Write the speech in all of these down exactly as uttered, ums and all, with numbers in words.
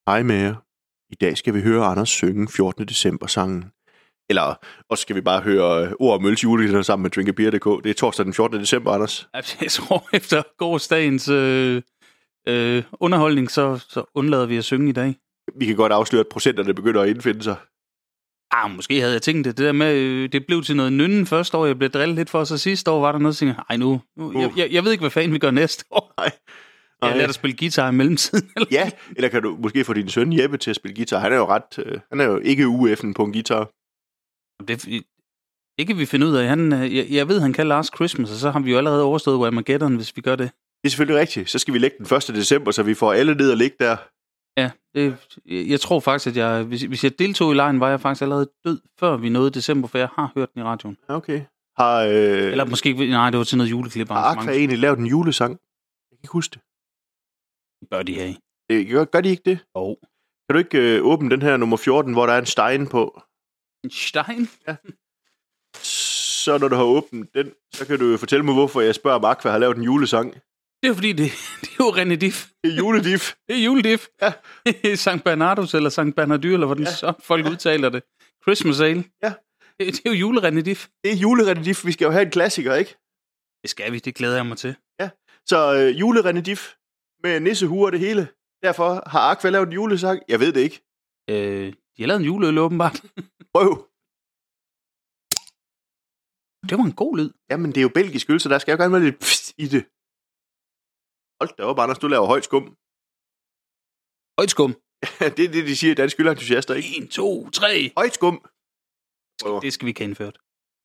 Hej med jer. I dag skal vi høre Anders synge fjortende december-sangen. Eller også skal vi bare høre Ord og Mølles julekalender sammen med drink a beer punktum d k. Det er torsdag den fjortende december, Anders. Jeg tror, efter gårsdagens øh, øh, underholdning, så, så undlader vi at synge i dag. Vi kan godt afsløre, at procenterne begynder at indfinde sig. Ah, måske havde jeg tænkt det. Det der med, øh, det blev til noget nynnen første år, jeg blev drillet lidt for, så sidste år var der noget, jeg tænkte, ej nu, nu uh. jeg, jeg, jeg ved ikke, hvad fanden vi gør næste år. Nej. Jeg har lært at spille guitar i mellemtiden. Eller? Ja, eller kan du måske få din søn Jeppe til at spille guitar. Han er jo ret, øh, han er jo ikke U F'en på en guitar. Det, det kan vi finde ud af. Han, jeg, jeg ved, han kan Last Christmas, og så har vi jo allerede overstået Whamageddon, hvis vi gør det. Det er selvfølgelig rigtigt. Så skal vi lægge den første december, så vi får alle ned og ligge der. Ja, det, jeg tror faktisk, at jeg, hvis, hvis jeg deltog i lejen, var jeg faktisk allerede død, før vi nåede december, for jeg har hørt den i radioen. Okay. Har, øh, Eller måske, nej, det var til noget juleklip. Har Aqua egentlig lavet en julesang? Jeg kan ikke huske det. Bør de have. det gør, gør de ikke det? Jo. Oh. Kan du ikke øh, åbne den her nummer fjorten, hvor der er en stein på? En stein? Ja. Så når du har åbnet den, så kan du fortælle mig, hvorfor jeg spørger om Aqua har lavet en julesang. Det er fordi, det, det er jo René Dif. Det er juledif. Det er juledif. Ja. Sankt Bernardus eller Sankt Bernardyr, eller hvordan ja. så folk ja. udtaler det. Christmas Ale. Ja. Det, det er jo jule René Dif. Det er jule René Dif. Vi skal jo have en klassiker, ikke? Det skal vi, det glæder jeg mig til. Ja, så øh, jule René Dif med nissehue og det hele. Derfor har Aqua lavet en julesang. Jeg ved det ikke. Øh, de har lavet en juleøl åbenbart. Prøv. Det var en god lyd. Jamen, det er jo belgisk øl, så der skal jo gerne være lidt pst i det. Hold da op, Anders, du laver højt skum. Højt skum? Det er det, de siger i danske ølentusiaster, ikke? En, to, tre. Højt skum. Prøv. Det skal vi ikke have indført.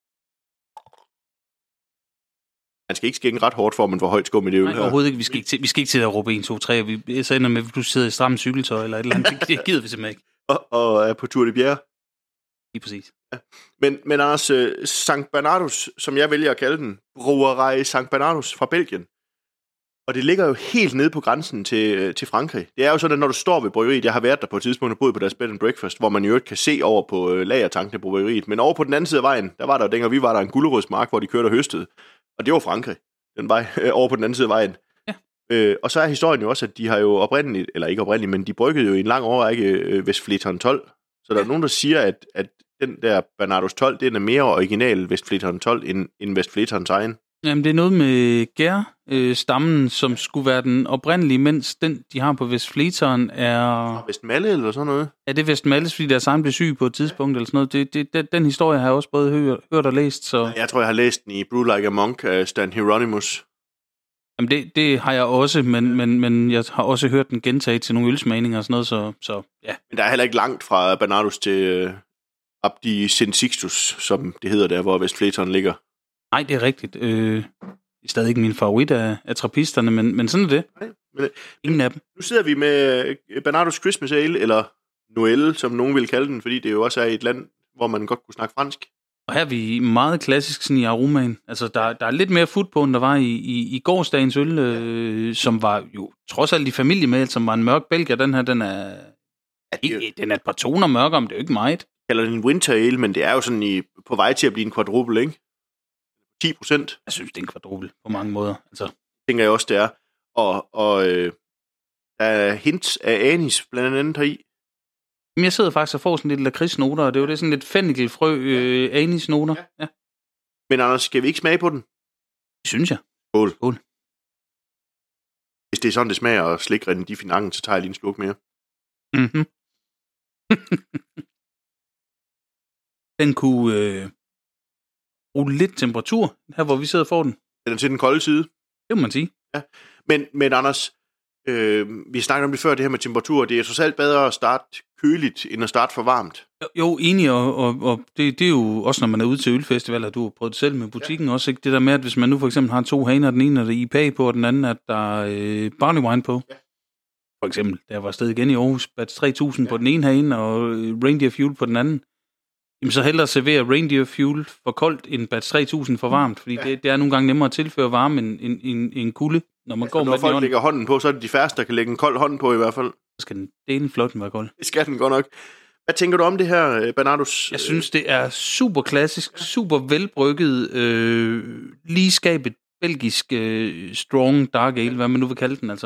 Man skal ikke skænke ret hårdt for, at man får højt skum i det øl her. Nej, overhovedet ikke. Vi skal ikke til, vi skal ikke til at råbe en, to, tre. Vi så ender med, at du sidder i stramt cykeltøj eller et eller andet. Det gider vi simpelthen ikke. Og, og er på Tour de Bjerre. Lige præcis. Ja. Men, men Anders, uh, Sankt Bernardus, som jeg vælger at kalde den, Brouwerij Sankt Bernardus fra Belgien. Og det ligger jo helt nede på grænsen til, til Frankrig. Det er jo sådan, at når du står ved bryggeriet, jeg har været der på et tidspunkt og boet på deres bed and breakfast, hvor man jo ikke kan se over på uh, lagertanken af bryggeriet. Men over på den anden side af vejen, der var der jo dengang vi var der en gulerodsmark, hvor de kørte og høstede. Og det var Frankrig, den vej øh, over på den anden side af vejen. Ja. Øh, og så er historien jo også, at de har jo oprindeligt, eller ikke oprindeligt, men de bryggede jo i en lang årrække øh, Westfleteren tolv. Så der ja. er nogen, der siger, at, at den der Bernardus tolv, den er mere original Westfleteren tolv end, end Westfleterens egen. Jamen, det er noget med gær-stammen, øh, som skulle være den oprindelige, mens den, de har på Westfleteren, er... Fra Vestmalle eller sådan noget? Ja, det er Vestmalles, fordi deres egen blev syg på et tidspunkt eller sådan noget. Det, det, den, den historie har jeg også både hørt, hørt og læst, så... Jeg tror, jeg har læst den i Brew Like a Monk af Stan Hieronymus. Jamen, det, det har jeg også, men, men, men jeg har også hørt den gentage til nogle ølsmagninger og sådan noget, så, så ja. Men der er heller ikke langt fra Bernardus til uh, Abdi Sint Sixtus, som det hedder der, hvor Westfleteren ligger. Nej, det er rigtigt. Øh, det er stadig ikke min favorit af, af trappisterne, men, men sådan er det. Nej, men, ingen af dem. Nu sidder vi med Bernardus Christmas Ale, eller Noël, som nogen vil kalde den, fordi det jo også er et land, hvor man godt kunne snakke fransk. Og her er vi meget klassisk sådan i aromaen. Altså, der, der er lidt mere fut på, end der var i, i, i gårsdagens øl, øh, som var jo trods alt i familiemæl, som var en mørk belgier. Den her, den er, ja, det, den er et par toner mørkere, men det er jo ikke meget. Jeg kalder den en winter ale, men det er jo sådan i, på vej til at blive en quadruple, ikke? ti procent. Jeg synes, det er en kvadruppel på mange måder. Altså. Tænker jeg også, det er. Og, og øh, der er hints af anis blandt andet heri. Men jeg sidder faktisk og får sådan lidt lakridsnoter, og det er jo det sådan lidt fennikelfrø øh, anisnoter. Ja. Ja. Men Anders, skal vi ikke smage på den? Det synes jeg. Skål. Skål. Hvis det er sådan, det smager og slik René Dif i nakken, så tager jeg lige en sluk mere. Mhm. Den kunne... Øh bruge lidt temperatur, her hvor vi sidder og får den. Den er til den kolde side. Det må man sige. Ja. Men, men Anders, øh, vi snakkede om det før, det her med temperatur. Det er trods alt bedre at starte køligt, end at starte for varmt. Jo, jo enig, og, og, og det, det er jo også, når man er ude til ølfestival, og du har prøvet det selv med butikken ja. også, ikke? Det der med, at hvis man nu for eksempel har to haner, den ene er der I P A på, og den anden er der øh, barley wine på. Ja. For eksempel, der var afsted igen i Aarhus, batch tre tusind ja. på den ene hane, og Reindeer Fuel på den anden. Jamen så hellere servere Reindeer Fuel for koldt end batch tre tusind for varmt, fordi ja. det, det er nogle gange nemmere at tilføre varme end, end, end, end kulde, når man ja, går når med folk hånden. lægger hånden på, så er det de færreste, der kan lægge en kold hånd på i hvert fald. Så skal den dele flot være kold. Det skal den godt nok. Hvad tænker du om det her, Bernardus? Jeg synes, det er super klassisk, super velbrygget, øh, lige skabet belgisk øh, strong dark ale, hvad man nu vil kalde den altså.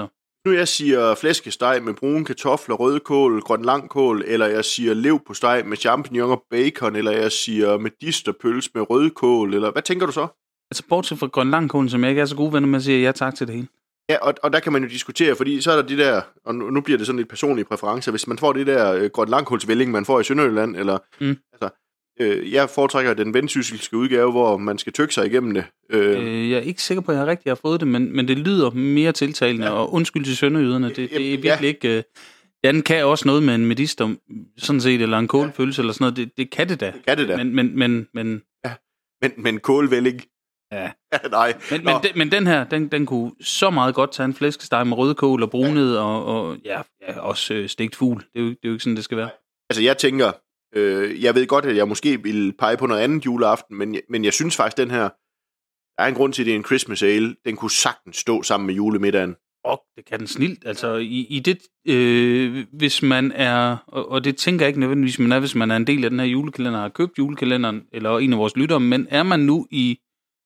Nu jeg siger flæskesteg med brune kartofler, rødkål, grøn langkål, eller jeg siger leverpostej med champignon og bacon, eller jeg siger medisterpølse med rødkål, eller hvad tænker du så? Altså bortset fra grøn langkål, som jeg ikke er så god venner med, siger ja tak til det hele. Ja, og, og der kan man jo diskutere, fordi så er der de der, og nu, nu bliver det sådan lidt personlige præferencer, hvis man får det der øh, grøn langkålsvælling, man får i Sønderjylland, eller mm. altså, øh, jeg foretrækker den vendsysselske udgave, hvor man skal tykke sig igennem det. Øh, øh, jeg er ikke sikker på, at jeg rigtig har fået det, men, men det lyder mere tiltalende, ja. Og undskyld til sønderjyderne, det, det er virkelig ja. ikke... Øh, den kan også noget med en medister, sådan set, eller en kålpølse, ja. Eller sådan noget, det, det kan det da. Det kan det da. Men, men, men, men, ja. men, men kålvælling... Ja. ja, nej. Men, men, den, men den her, den, den kunne så meget godt tage en flæskesteg med rødkål og brunet, ja. og, og ja, ja, også øh, stegt fugl. Det er, jo, det er jo ikke sådan, det skal være. Altså, jeg tænker, øh, jeg ved godt, at jeg måske ville pege på noget andet juleaften, men, men jeg synes faktisk, den her, der er en grund til, at det er en Christmas ale, den kunne sagtens stå sammen med julemiddagen. Og det kan den snilt. Altså, i, i det, øh, hvis man er, og, og det tænker jeg ikke nødvendigvis, man er, hvis man er en del af den her julekalender, har købt julekalenderen, eller en af vores lyttere, men er man nu i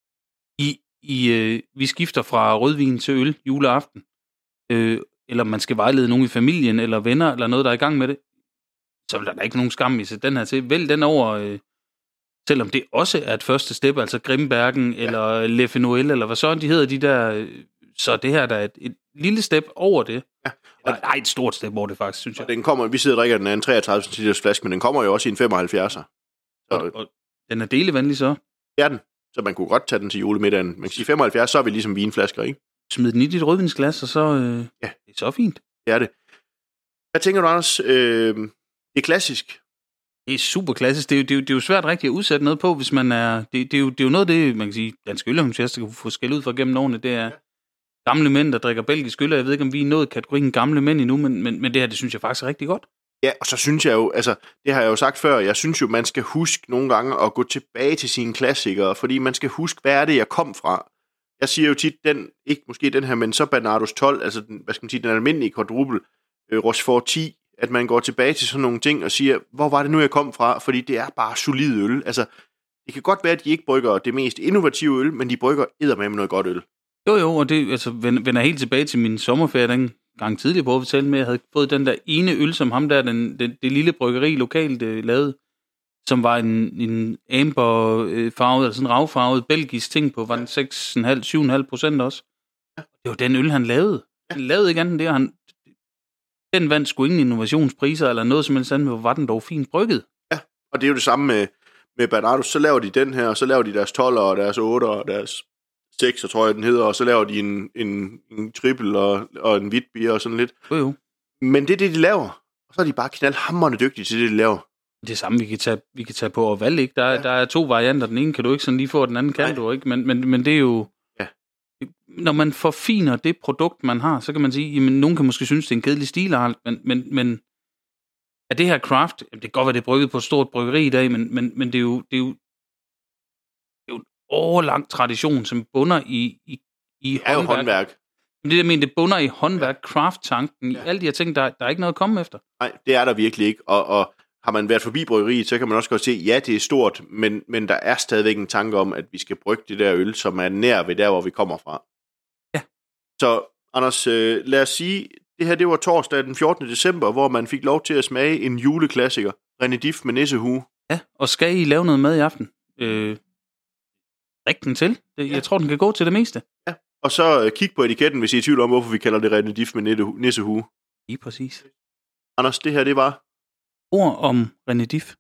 I, i, øh, vi skifter fra rødvin til øl juleaften, øh, eller man skal vejlede nogen i familien, eller venner, eller noget, der er i gang med det, så vil der da ikke nogen skam i sig den her til. Vælg den over, øh, selvom det også er et første step, altså Grimbergen, ja. Eller Leffe Noël, eller hvad så de hedder, de der, øh, så det her der er et, et lille step over det. Ja. Og nej, et stort step over det faktisk, synes jeg. Den kommer, vi sidder og drikker den af en treogtredive centiliters flaske, men den kommer jo også i en femoghalvfjerdser. Så... Og, og den er delevenlig så? Det er den. Så man kunne godt tage den til julemiddagen. Man kan sige femoghalvfjerds, så er vi ligesom vinflasker, ikke? Smid den i dit rødvinsglas, og så øh, ja. Det er så fint. Det er det. Hvad tænker du, Anders? Øh, det er klassisk. Det er super klassisk. Det er, jo, det, er jo, det er jo svært rigtig at udsætte noget på, hvis man er... Det, det, er, jo, det er jo noget af det, man kan sige, dansk ølhåndshjælp kan få skæld ud fra gennem årene. Det er ja. Gamle mænd, der drikker belgisk øl. Jeg ved ikke, om vi er nået kategorien gamle mænd endnu, men, men, men det her, det synes jeg faktisk er rigtig godt. Ja, og så synes jeg jo, altså, det har jeg jo sagt før, jeg synes jo, man skal huske nogle gange at gå tilbage til sine klassikere, fordi man skal huske, hvad er det, jeg kom fra. Jeg siger jo tit, den, ikke måske den her, men så Bernardos tolv, altså den, hvad skal man sige, den almindelige quadruple, øh, Rochefort ti, at man går tilbage til sådan nogle ting og siger, hvor var det nu, jeg kom fra, fordi det er bare solid øl. Altså, det kan godt være, at de ikke brygger det mest innovative øl, men de brygger eddermame noget godt øl. Jo, jo, og det altså, vender helt tilbage til min sommerferie, den gang tidligere på at fortælle med, at jeg havde fået den der ene øl, som ham der, den, det, det lille bryggeri lokalt øh, lavede, som var en, en amber-farvet, eller sådan en ravfarvet belgisk ting på, var den seks komma fem til syv komma fem procent også. Det var den øl, han lavede. Han lavede ikke andet det, han, den vandt sgu ingen innovationspriser, eller noget som helst andet, hvor var den dog fint brygget. Ja, og det er jo det samme med, med Bernardo, så laver de den her, og så laver de deres tolv og deres otte og deres seks, tror jeg, den hedder, og så laver de en, en, en triple og, og en hvidt bier og sådan lidt. Jo, jo. Men det er det, de laver. Og så er de bare knaldhamrende dygtige til det, de laver. Det samme, vi kan tage, vi kan tage på og valg, ikke? Der, ja. Der er to varianter. Den ene kan du ikke sådan lige få, den anden kan Nej. Du ikke. Men, men, men det er jo... Ja. Når man forfiner det produkt, man har, så kan man sige, jamen, nogen kan måske synes, det er en kedelig stilart, men, men, men er det her craft... Jamen, det kan godt være, det er brygget på et stort bryggeri i dag, men, men, men det er jo... Det er jo årlang tradition, som bunder i, i, i håndværk. håndværk. Det der mener, det bunder i håndværk, ja. Craft-tanken, ja. I alle de her ting, der, der er ikke noget at komme efter. Nej, det er der virkelig ikke, og, og har man været forbi bryggeriet, så kan man også godt se, ja, det er stort, men, men der er stadigvæk en tanke om, at vi skal brygge det der øl, som er nær ved der, hvor vi kommer fra. Ja. Så, Anders, øh, lad os sige, det her, det var torsdag den fjortende december, hvor man fik lov til at smage en juleklassiker, René Dif med nissehue. Ja, og skal I lave noget mad i aften? Øh... Rik den til. Jeg ja. tror, den kan gå til det meste. Ja. Og så uh, kig på etiketten, hvis I er i tvivl om, hvorfor vi kalder det René Dif med nissehue. Lige præcis. Anders, det her, det var... Ord om René Dif.